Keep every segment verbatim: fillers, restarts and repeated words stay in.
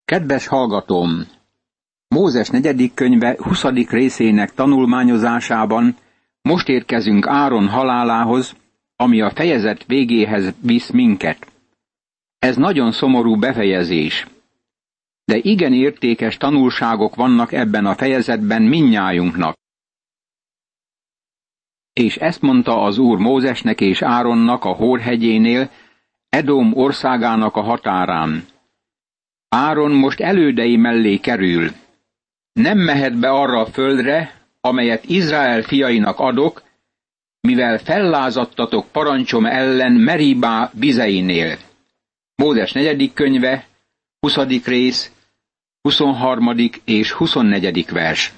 Kedves hallgatóm! Mózes negyedik könyve huszadik részének tanulmányozásában most érkezünk Áron halálához, ami a fejezet végéhez visz minket. Ez nagyon szomorú befejezés. De igen értékes tanulságok vannak ebben a fejezetben mindnyájunknak. És ezt mondta az Úr Mózesnek és Áronnak a Hór hegyénél, Edom országának a határán. Áron most elődei mellé kerül. Nem mehet be arra a földre, amelyet Izrael fiainak adok, mivel fellázadtatok parancsom ellen Meribá vizeinél. Mózes negyedik könyve, huszadik rész, huszonharmadik és huszonnegyedik vers.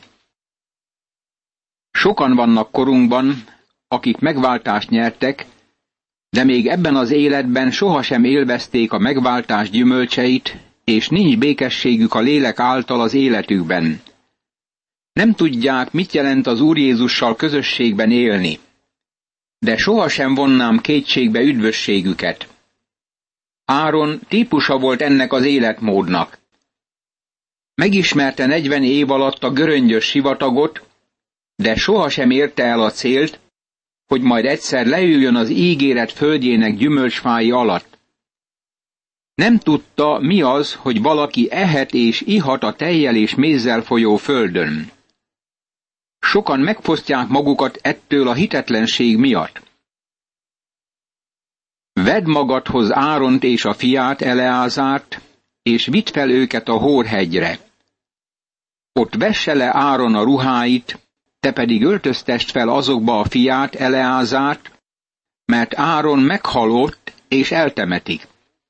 Sokan vannak korunkban, akik megváltást nyertek, de még ebben az életben sohasem élvezték a megváltás gyümölcseit, és nincs békességük a lélek által az életükben. Nem tudják, mit jelent az Úr Jézussal közösségben élni, de sohasem vonnám kétségbe üdvösségüket. Áron típusa volt ennek az életmódnak. Megismerte negyven év alatt a göröngyös sivatagot, de sohasem érte el a célt, hogy majd egyszer leüljön az ígéret földjének gyümölcsfái alatt. Nem tudta, mi az, hogy valaki ehet és ihat a tejjel és mézzel folyó földön. Sokan megfosztják magukat ettől a hitetlenség miatt. Vedd magadhoz Áront és a fiát, Eleázárt, és vidd fel őket a Hór hegyre. Ott vesse le Áron a ruháit, te pedig öltöztest fel azokba a fiát, Eleázárt, mert Áron meghal ott, és eltemetik.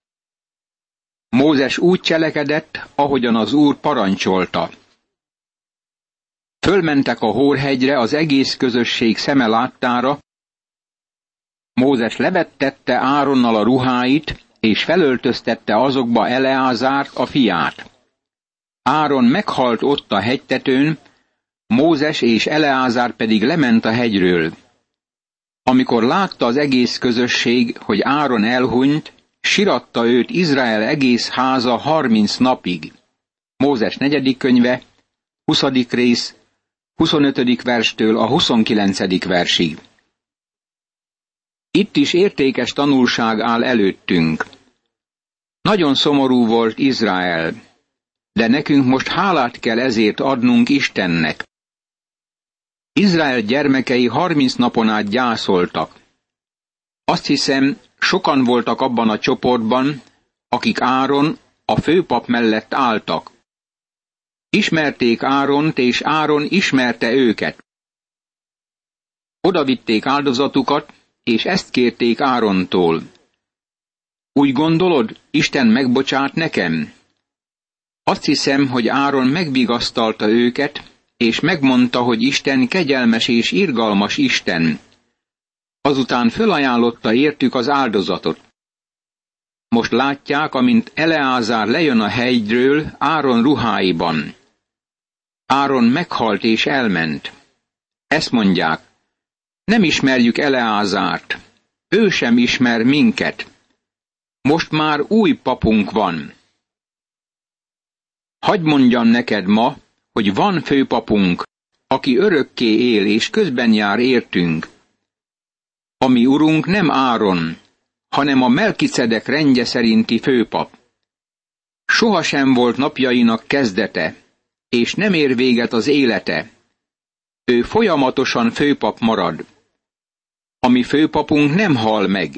Mózes úgy cselekedett, ahogyan az Úr parancsolta. Fölmentek a Hór hegyre az egész közösség szeme láttára. Mózes levettette Áronnal a ruháit, és felöltöztette azokba Eleázárt, a fiát. Áron meghalt ott a hegytetőn, Mózes és Eleázár pedig lement a hegyről. Amikor látta az egész közösség, hogy Áron elhunyt, siratta őt Izrael egész háza harminc napig. Mózes negyedik könyve, huszadik rész, huszonötödik verstől a huszonkilencedik versig. Itt is értékes tanulság áll előttünk. Nagyon szomorú volt Izrael, de nekünk most hálát kell ezért adnunk Istennek. Izrael gyermekei harminc napon át gyászoltak. Azt hiszem, sokan voltak abban a csoportban, akik Áron, a főpap mellett álltak. Ismerték Áront, és Áron ismerte őket. Odavitték áldozatukat, és ezt kérték Árontól. Úgy gondolod, Isten megbocsát nekem? Azt hiszem, hogy Áron megvigasztalta őket, és megmondta, hogy Isten kegyelmes és irgalmas Isten. Azután fölajánlotta értük az áldozatot. Most látják, amint Eleázár lejön a hegyről Áron ruháiban. Áron meghalt és elment. Ezt mondják, nem ismerjük Eleázárt, ő sem ismer minket. Most már új papunk van. Hadd mondjam neked ma, hogy van főpapunk, aki örökké él és közben jár értünk. A mi urunk nem Áron, hanem a Melkisedek rendje szerinti főpap. Sohasem volt napjainak kezdete, és nem ér véget az élete. Ő folyamatosan főpap marad. A mi főpapunk nem hal meg.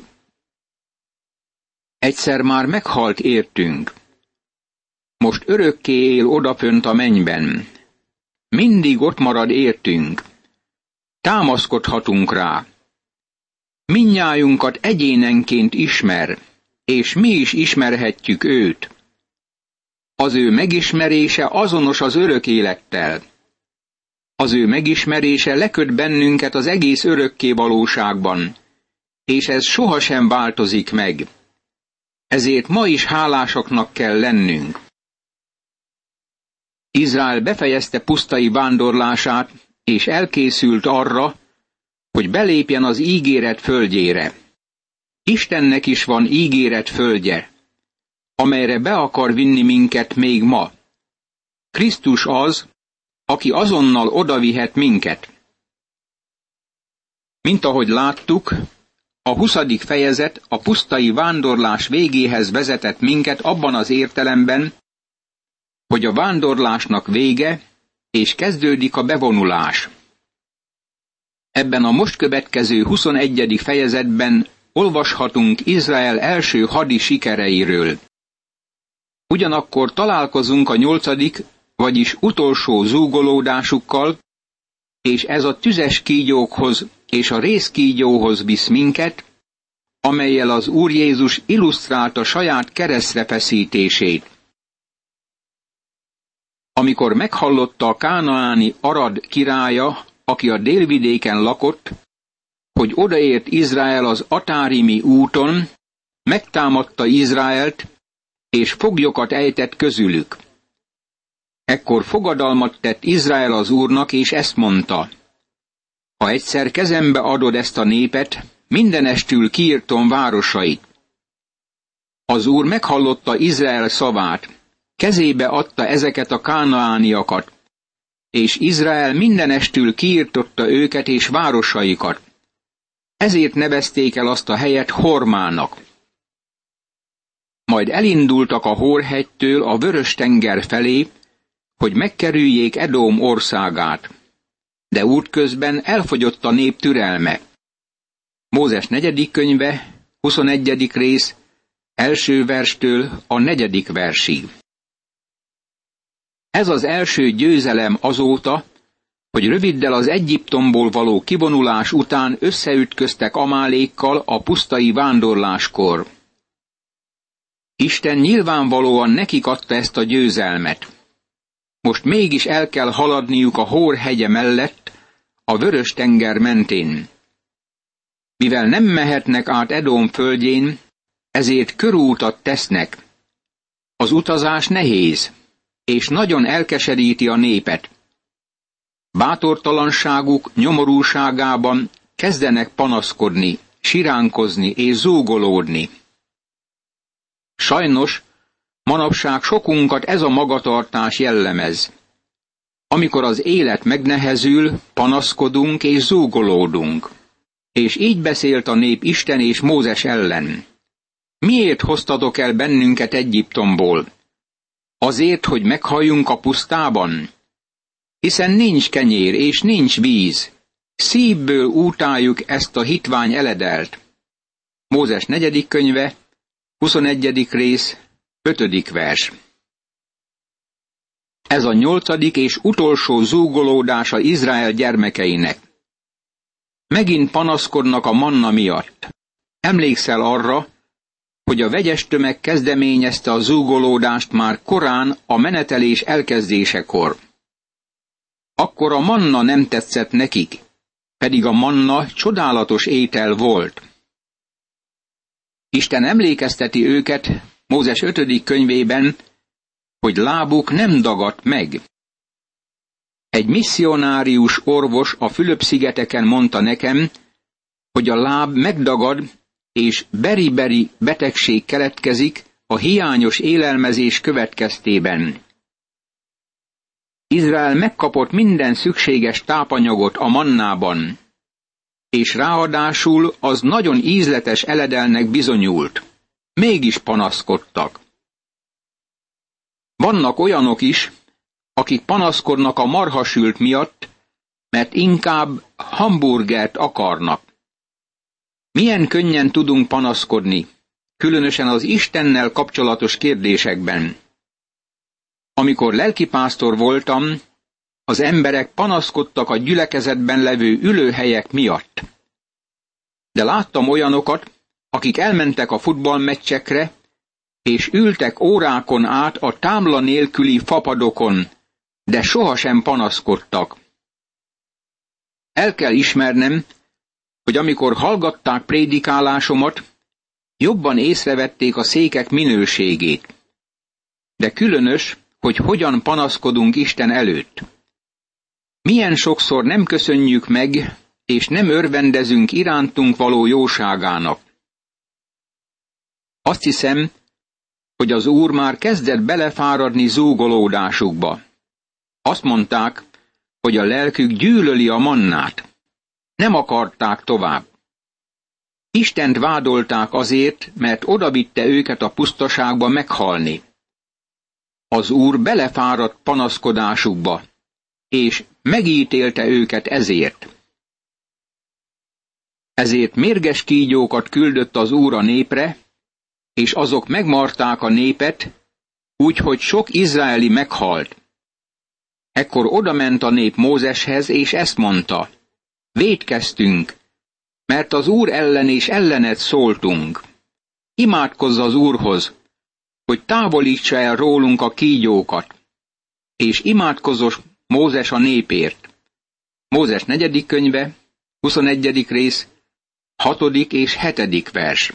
Egyszer már meghalt értünk. Most örökké él odafönt a mennyben. Mindig ott marad értünk. Támaszkodhatunk rá. Mindnyájunkat egyénenként ismer, és mi is ismerhetjük őt. Az ő megismerése azonos az örök élettel. Az ő megismerése leköt bennünket az egész örökké valóságban, és ez sohasem változik meg. Ezért ma is hálásaknak kell lennünk. Izrael befejezte pusztai vándorlását, és elkészült arra, hogy belépjen az ígéret földjére. Istennek is van ígéret földje. amelyre be akar vinni minket még ma. Krisztus az, aki azonnal odavihet minket. Mint ahogy láttuk, a huszadik fejezet a pusztai vándorlás végéhez vezetett minket abban az értelemben, hogy a vándorlásnak vége, és kezdődik a bevonulás. Ebben a most következő huszonegyedik fejezetben olvashatunk Izrael első hadi sikereiről. Ugyanakkor találkozunk a nyolcadik, vagyis utolsó zúgolódásukkal, és ez a tüzes kígyókhoz és a rézkígyóhoz visz minket, amellyel az Úr Jézus illusztrálta saját keresztre feszítését. Amikor meghallotta a kánaáni Arad királya, aki a délvidéken lakott, hogy odaért Izrael az atárimi úton, megtámadta Izraelt, és foglyokat ejtett közülük. Ekkor fogadalmat tett Izrael az Úrnak, és ezt mondta: ha egyszer kezembe adod ezt a népet, mindenestül kiirtom városait. Az Úr meghallotta Izrael szavát, kezébe adta ezeket a kánaániakat, és Izrael mindenestül kiirtotta őket és városaikat. Ezért nevezték el azt a helyet Hormának. Majd elindultak a Hórhegytől a Vörös-tenger felé, hogy megkerüljék Edóm országát. De útközben elfogyott a nép türelme. Mózes negyedik könyve, huszonegyedik rész, első verstől a negyedik versig. Ez az első győzelem azóta, hogy röviddel az Egyiptomból való kivonulás után összeütköztek Amálékkal a pusztai vándorláskor. Isten nyilvánvalóan nekik adta ezt a győzelmet. Most mégis el kell haladniuk a Hór hegye mellett, a Vörös-tenger mentén. Mivel nem mehetnek át Edóm földjén, ezért körútat tesznek. Az utazás nehéz, és nagyon elkeseríti a népet. Bátortalanságuk nyomorúságában kezdenek panaszkodni, siránkozni és zúgolódni. Sajnos, manapság sokunkat ez a magatartás jellemez. Amikor az élet megnehezül, panaszkodunk és zúgolódunk. És így beszélt a nép Isten és Mózes ellen. Miért hoztatok el bennünket Egyiptomból? Azért, hogy meghalljunk a pusztában? Hiszen nincs kenyér és nincs víz. Szívből útáljuk ezt a hitvány eledelt. Mózes negyedik könyve, huszonegyedik rész, ötödik vers. Ez a nyolcadik és utolsó zúgolódása Izrael gyermekeinek. Megint panaszkodnak a manna miatt. Emlékszel arra, hogy a vegyes tömeg kezdeményezte a zúgolódást már korán a menetelés elkezdésekor. Akkor a manna nem tetszett nekik, pedig a manna csodálatos étel volt. Isten emlékezteti őket Mózes ötödik könyvében, hogy lábuk nem dagadt meg. Egy misszionárius orvos a Fülöp-szigeteken mondta nekem, hogy a láb megdagad, és beri-beri betegség keletkezik a hiányos élelmezés következtében. Izrael megkapott minden szükséges tápanyagot a mannában, és ráadásul az nagyon ízletes eledelnek bizonyult. Mégis panaszkodtak. Vannak olyanok is, akik panaszkodnak a marhasült miatt, mert inkább hamburgert akarnak. Milyen könnyen tudunk panaszkodni, különösen az Istennel kapcsolatos kérdésekben. Amikor lelkipásztor voltam, az emberek panaszkodtak a gyülekezetben levő ülőhelyek miatt. De láttam olyanokat, akik elmentek a futballmeccsekre, és ültek órákon át a támla nélküli fapadokon, de sohasem panaszkodtak. El kell ismernem, hogy amikor hallgatták prédikálásomat, jobban észrevették a székek minőségét. De különös, hogy hogyan panaszkodunk Isten előtt. Milyen sokszor nem köszönjük meg, és nem örvendezünk irántunk való jóságának. Azt hiszem, hogy az Úr már kezdett belefáradni zúgolódásukba. Azt mondták, hogy a lelkük gyűlöli a mannát. Nem akarták tovább. Istent vádolták azért, mert odavitte őket a pusztaságba meghalni. Az Úr belefáradt panaszkodásukba, és megítélte őket ezért. Ezért mérges kígyókat küldött az Úr a népre, és azok megmarták a népet, úgyhogy sok izraeli meghalt. Ekkor odament a nép Mózeshez, és ezt mondta: vétkeztünk, mert az Úr ellen és ellened szóltunk. Imádkozz az Úrhoz, hogy távolítsa el rólunk a kígyókat. És imádkozos Mózes a népért. Mózes negyedik könyve, huszonegyedik rész, hatodik és hetedik vers.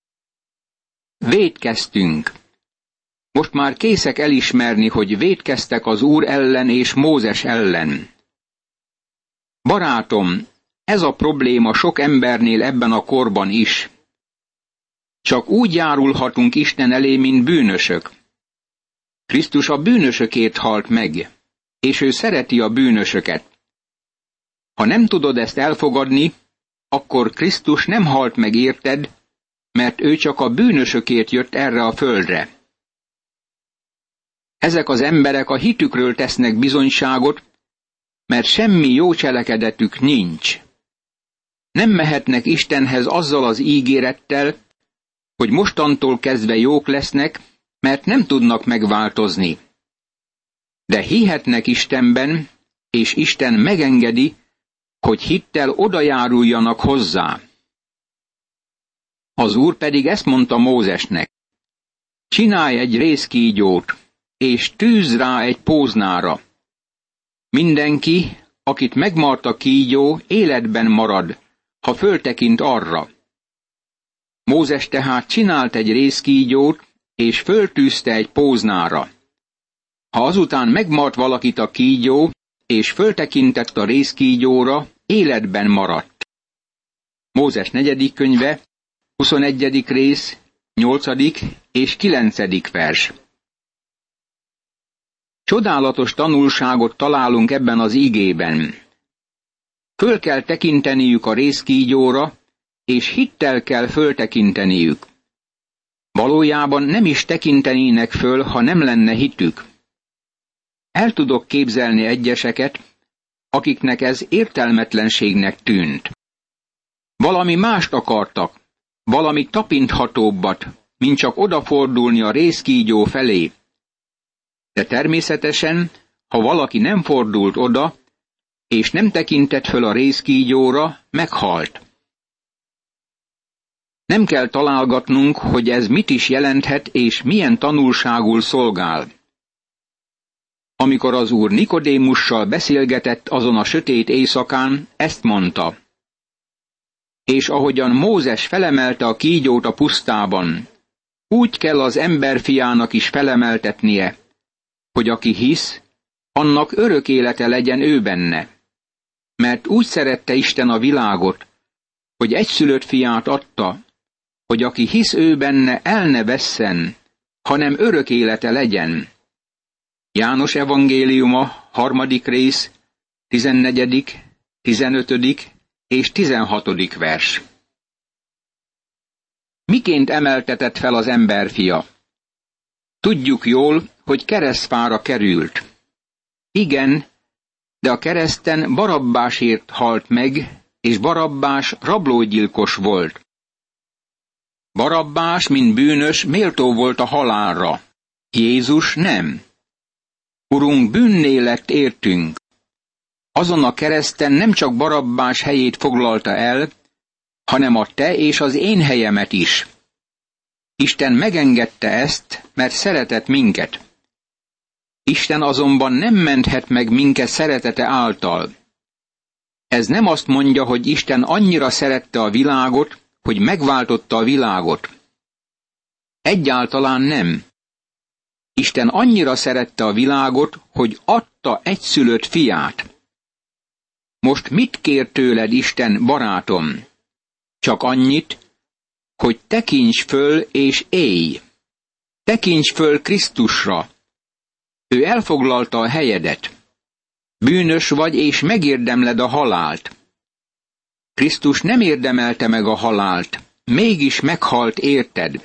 Vétkeztünk. Most már készek elismerni, hogy vétkeztek az Úr ellen és Mózes ellen. Barátom, ez a probléma sok embernél ebben a korban is. Csak úgy járulhatunk Isten elé, mint bűnösök. Krisztus a bűnösökért halt meg, és ő szereti a bűnösöket. Ha nem tudod ezt elfogadni, akkor Krisztus nem halt meg érted, mert ő csak a bűnösökért jött erre a földre. Ezek az emberek a hitükről tesznek bizonyságot, mert semmi jó cselekedetük nincs. Nem mehetnek Istenhez azzal az ígérettel, hogy mostantól kezdve jók lesznek, mert nem tudnak megváltozni. De hihetnek Istenben, és Isten megengedi, hogy hittel odajáruljanak hozzá. Az Úr pedig ezt mondta Mózesnek: csinálj egy rézkígyót, és tűzz rá egy póznára. Mindenki, akit megmart a kígyó, életben marad, ha föltekint arra. Mózes tehát csinált egy rézkígyót, és föltűzte egy póznára. Ha azután megmart valakit a kígyó, és föltekintett a rézkígyóra, életben maradt. Mózes negyedik könyve, huszonegyedik rész, nyolcadik és kilencedik vers. Csodálatos tanulságot találunk ebben az igében. Föl kell tekinteniük a rézkígyóra, és hittel kell föltekinteniük. Valójában nem is tekintenének föl, ha nem lenne hitük. El tudok képzelni egyeseket, akiknek ez értelmetlenségnek tűnt. Valami mást akartak, valami tapinthatóbbat, mint csak odafordulni a rézkígyó felé. De természetesen, ha valaki nem fordult oda, és nem tekintett föl a rézkígyóra, meghalt. Nem kell találgatnunk, hogy ez mit is jelenthet, és milyen tanulságul szolgál. Amikor az Úr Nikodémussal beszélgetett azon a sötét éjszakán, ezt mondta: és ahogyan Mózes felemelte a kígyót a pusztában, úgy kell az emberfiának is felemeltetnie, hogy aki hisz, annak örök élete legyen ő benne. Mert úgy szerette Isten a világot, hogy egyszülött fiát adta, hogy aki hisz ő benne, el ne vesszen, hanem örök élete legyen. János evangéliuma, harmadik rész, tizennegyedik, tizenötödik és tizenhatodik vers. Miként emeltetett fel az emberfia? Tudjuk jól, hogy keresztfára került. Igen, de a kereszten Barabbásért halt meg, és Barabbás rablógyilkos volt. Barabbás, mint bűnös, méltó volt a halálra. Jézus nem. Urunk bűnné lett értünk. Azon a kereszten nem csak Barabbás helyét foglalta el, hanem a te és az én helyemet is. Isten megengedte ezt, mert szeretett minket. Isten azonban nem menthet meg minket szeretete által. Ez nem azt mondja, hogy Isten annyira szerette a világot, hogy megváltotta a világot. Egyáltalán nem. Isten annyira szerette a világot, hogy adta egyszülött fiát. Most mit kér tőled Isten, barátom? Csak annyit, hogy tekints föl és élj. Tekints föl Krisztusra! Ő elfoglalta a helyedet. Bűnös vagy, és megérdemled a halált. Krisztus nem érdemelte meg a halált, mégis meghalt érted.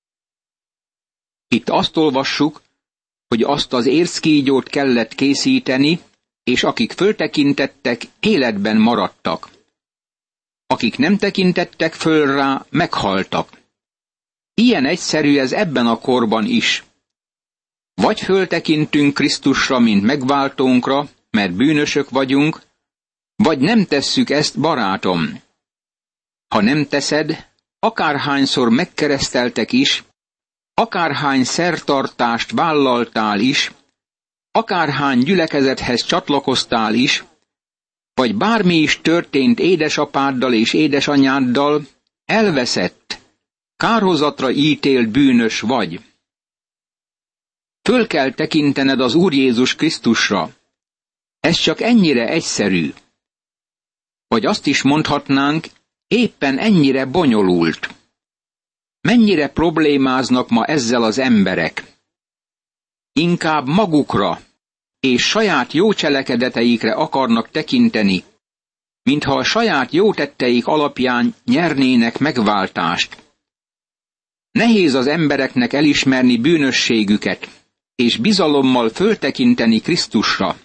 Itt azt olvassuk, hogy azt az érckígyót kellett készíteni, és akik föltekintettek, életben maradtak. Akik nem tekintettek föl rá, meghaltak. Ilyen egyszerű ez ebben a korban is. Vagy föltekintünk Krisztusra, mint megváltónkra, mert bűnösök vagyunk, vagy nem tesszük ezt, barátom. Ha nem teszed, akárhányszor megkereszteltek is, akárhány szertartást vállaltál is, akárhány gyülekezethez csatlakoztál is, vagy bármi is történt édesapáddal és édesanyáddal, elveszett, kárhozatra ítélt bűnös vagy. Föl kell tekintened az Úr Jézus Krisztusra. Ez csak ennyire egyszerű. Vagy azt is mondhatnánk, éppen ennyire bonyolult. Mennyire problémáznak ma ezzel az emberek? Inkább magukra és saját jó cselekedeteikre akarnak tekinteni, mintha a saját jó tetteik alapján nyernének megváltást. Nehéz az embereknek elismerni bűnösségüket, és bizalommal föltekinteni Krisztusra.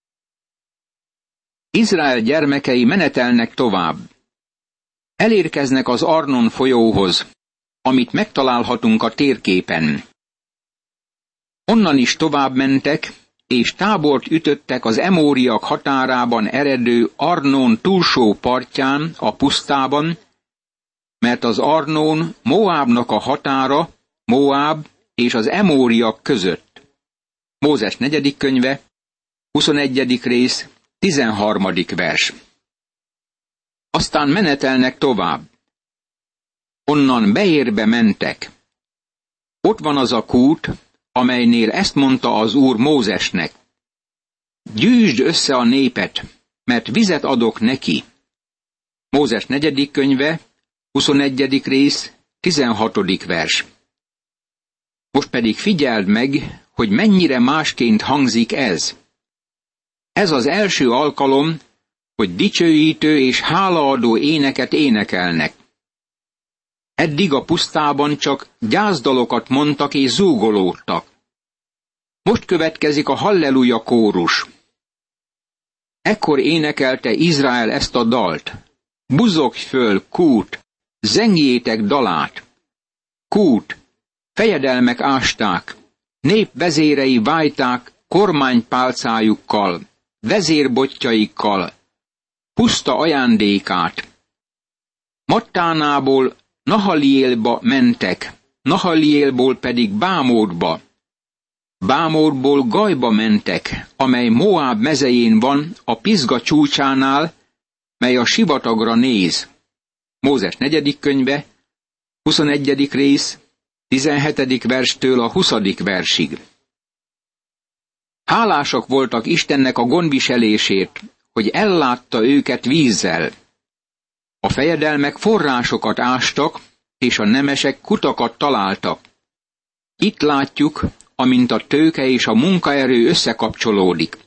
Izrael gyermekei menetelnek tovább. Elérkeznek az Arnon folyóhoz, amit megtalálhatunk a térképen. Onnan is tovább mentek, és tábort ütöttek az emóriak határában eredő Arnón túlsó partján, a pusztában, mert az Arnón Moábnak a határa, Moáb és az emóriak között. Mózes negyedik könyve, huszonegyedik rész, tizenharmadik vers. Aztán menetelnek tovább. Onnan Beérbe mentek. Ott van az a kút, amelynél ezt mondta az Úr Mózesnek. Gyűjtsd össze a népet, mert vizet adok neki. Mózes negyedik könyve, huszonegyedik rész, tizenhatodik vers. Most pedig figyeld meg, hogy mennyire másként hangzik ez. Ez az első alkalom, hogy dicsőítő és hálaadó éneket énekelnek. Eddig a pusztában csak gyászdalokat mondtak és zúgolódtak. Most következik a halleluja kórus. Ekkor énekelte Izrael ezt a dalt. Buzogj föl, kút, zengjétek dalát. Kút, fejedelmek ásták, nép vezérei vájták kormánypálcájukkal, vezérbottyaikkal, puszta ajándékát. Mattánából Nahaliélba mentek, Nahaliélból pedig Bámódba. Bámódból Gajba mentek, amely Moáb mezején van, a Pisga csúcsánál, mely a sivatagra néz. Mózes negyedik könyve, huszonegyedik rész, tizenhetedik verstől a huszadik versig. Hálásak voltak Istennek a gondviselésért, hogy ellátta őket vízzel. A fejedelmek forrásokat ástak, és a nemesek kutakat találtak. Itt látjuk, amint a tőke és a munkaerő összekapcsolódik.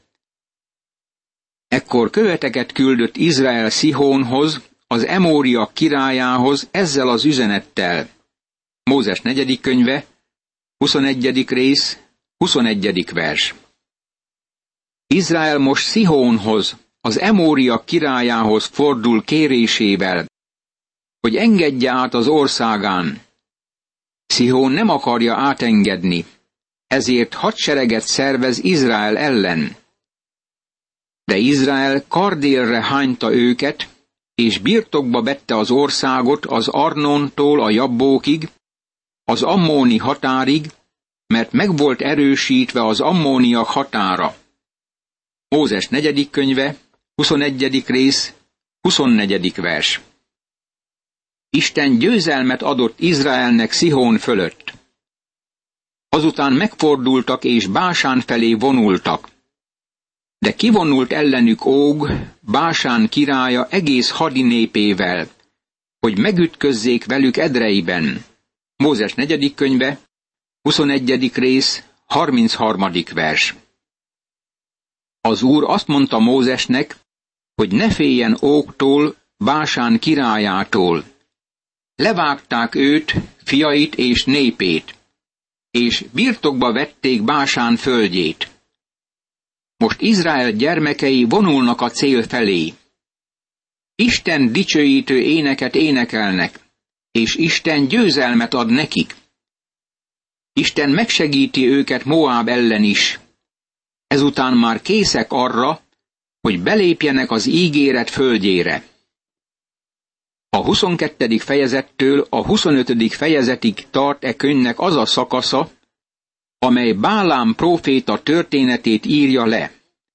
Ekkor követeket küldött Izrael Szihónhoz, az emóriak királyához ezzel az üzenettel. Mózes negyedik könyve, huszonegyedik rész, huszonegyedik vers. Izrael most Szihónhoz, az emóriak királyához fordul kérésével, hogy engedje át az országán. Szihón nem akarja átengedni, ezért hadsereget szervez Izrael ellen. De Izrael kardélre hányta őket, és birtokba vette az országot az Arnontól a Jabbókig, az ammóni határig, mert meg volt erősítve az ammóniak határa. Mózes negyedik könyve, huszonegyedik rész, huszonnegyedik vers. Isten győzelmet adott Izraelnek Szihón fölött. Azután megfordultak és Básán felé vonultak. De kivonult ellenük Óg, Básán királya egész hadinépével, hogy megütközzék velük Edreiben. Mózes negyedik könyve, huszonegyedik rész, harmincharmadik vers. Az Úr azt mondta Mózesnek, hogy ne féljen Ógtól, Básán királyától. Levágták őt, fiait és népét, és birtokba vették Básán földjét. Most Izrael gyermekei vonulnak a cél felé. Isten dicsőítő éneket énekelnek, és Isten győzelmet ad nekik. Isten megsegíti őket Moáb ellen is. Ezután már készek arra, hogy belépjenek az ígéret földjére. A huszonkettedik fejezettől a huszonötödik fejezetig tart e könyvnek az a szakasza, amely Bálám próféta történetét írja le.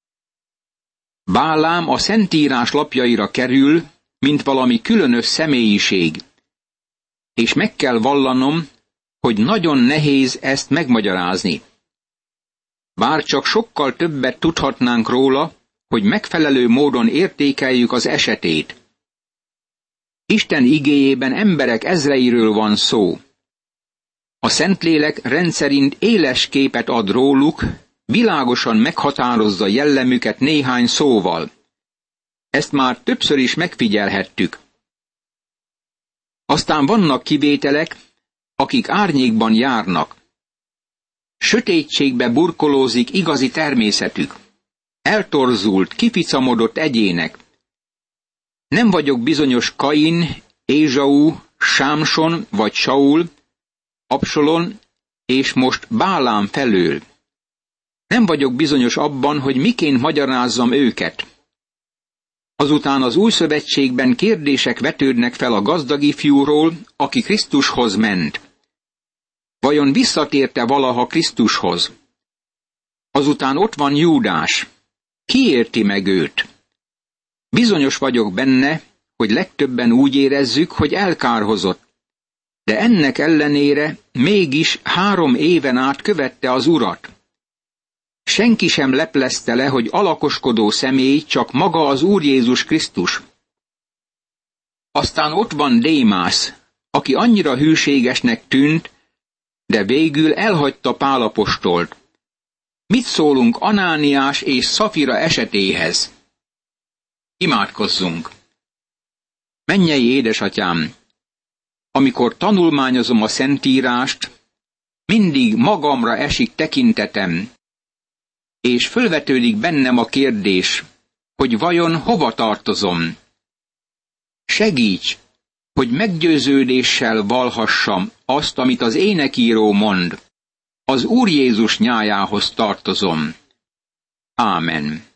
Bálám a Szentírás lapjaira kerül, mint valami különös személyiség, és meg kell vallanom, hogy nagyon nehéz ezt megmagyarázni. Bár csak sokkal többet tudhatnánk róla, hogy megfelelő módon értékeljük az esetét. Isten igéjében emberek ezreiről van szó. A Szentlélek rendszerint éles képet ad róluk, világosan meghatározza jellemüket néhány szóval. Ezt már többször is megfigyelhettük. Aztán vannak kivételek, akik árnyékban járnak. Sötétségbe burkolózik igazi természetük. Eltorzult, kificamodott egyének. Nem vagyok bizonyos Kain, Ézsau, Sámson vagy Saul, Absalon és most Bálám felől. Nem vagyok bizonyos abban, hogy miként magyarázzam őket. Azután az új szövetségben kérdések vetődnek fel a gazdag ifjúról, aki Krisztushoz ment. Vajon visszatérte valaha Krisztushoz? Azután ott van Júdás. Ki érti meg őt? Bizonyos vagyok benne, hogy legtöbben úgy érezzük, hogy elkárhozott, de ennek ellenére mégis három éven át követte az Urat. Senki sem leplezte le, hogy alakoskodó személy csak maga az Úr Jézus Krisztus. Aztán ott van Démász, aki annyira hűségesnek tűnt, de végül elhagyta Pál apostolt. Mit szólunk Anániás és Szafira esetéhez? Imádkozzunk! Mennyei édesatyám, amikor tanulmányozom a Szentírást, mindig magamra esik tekintetem, és fölvetődik bennem a kérdés, hogy vajon hova tartozom. Segíts, hogy meggyőződéssel vallhassam azt, amit az énekíró mond. Az Úr Jézus nyájához tartozom. Ámen.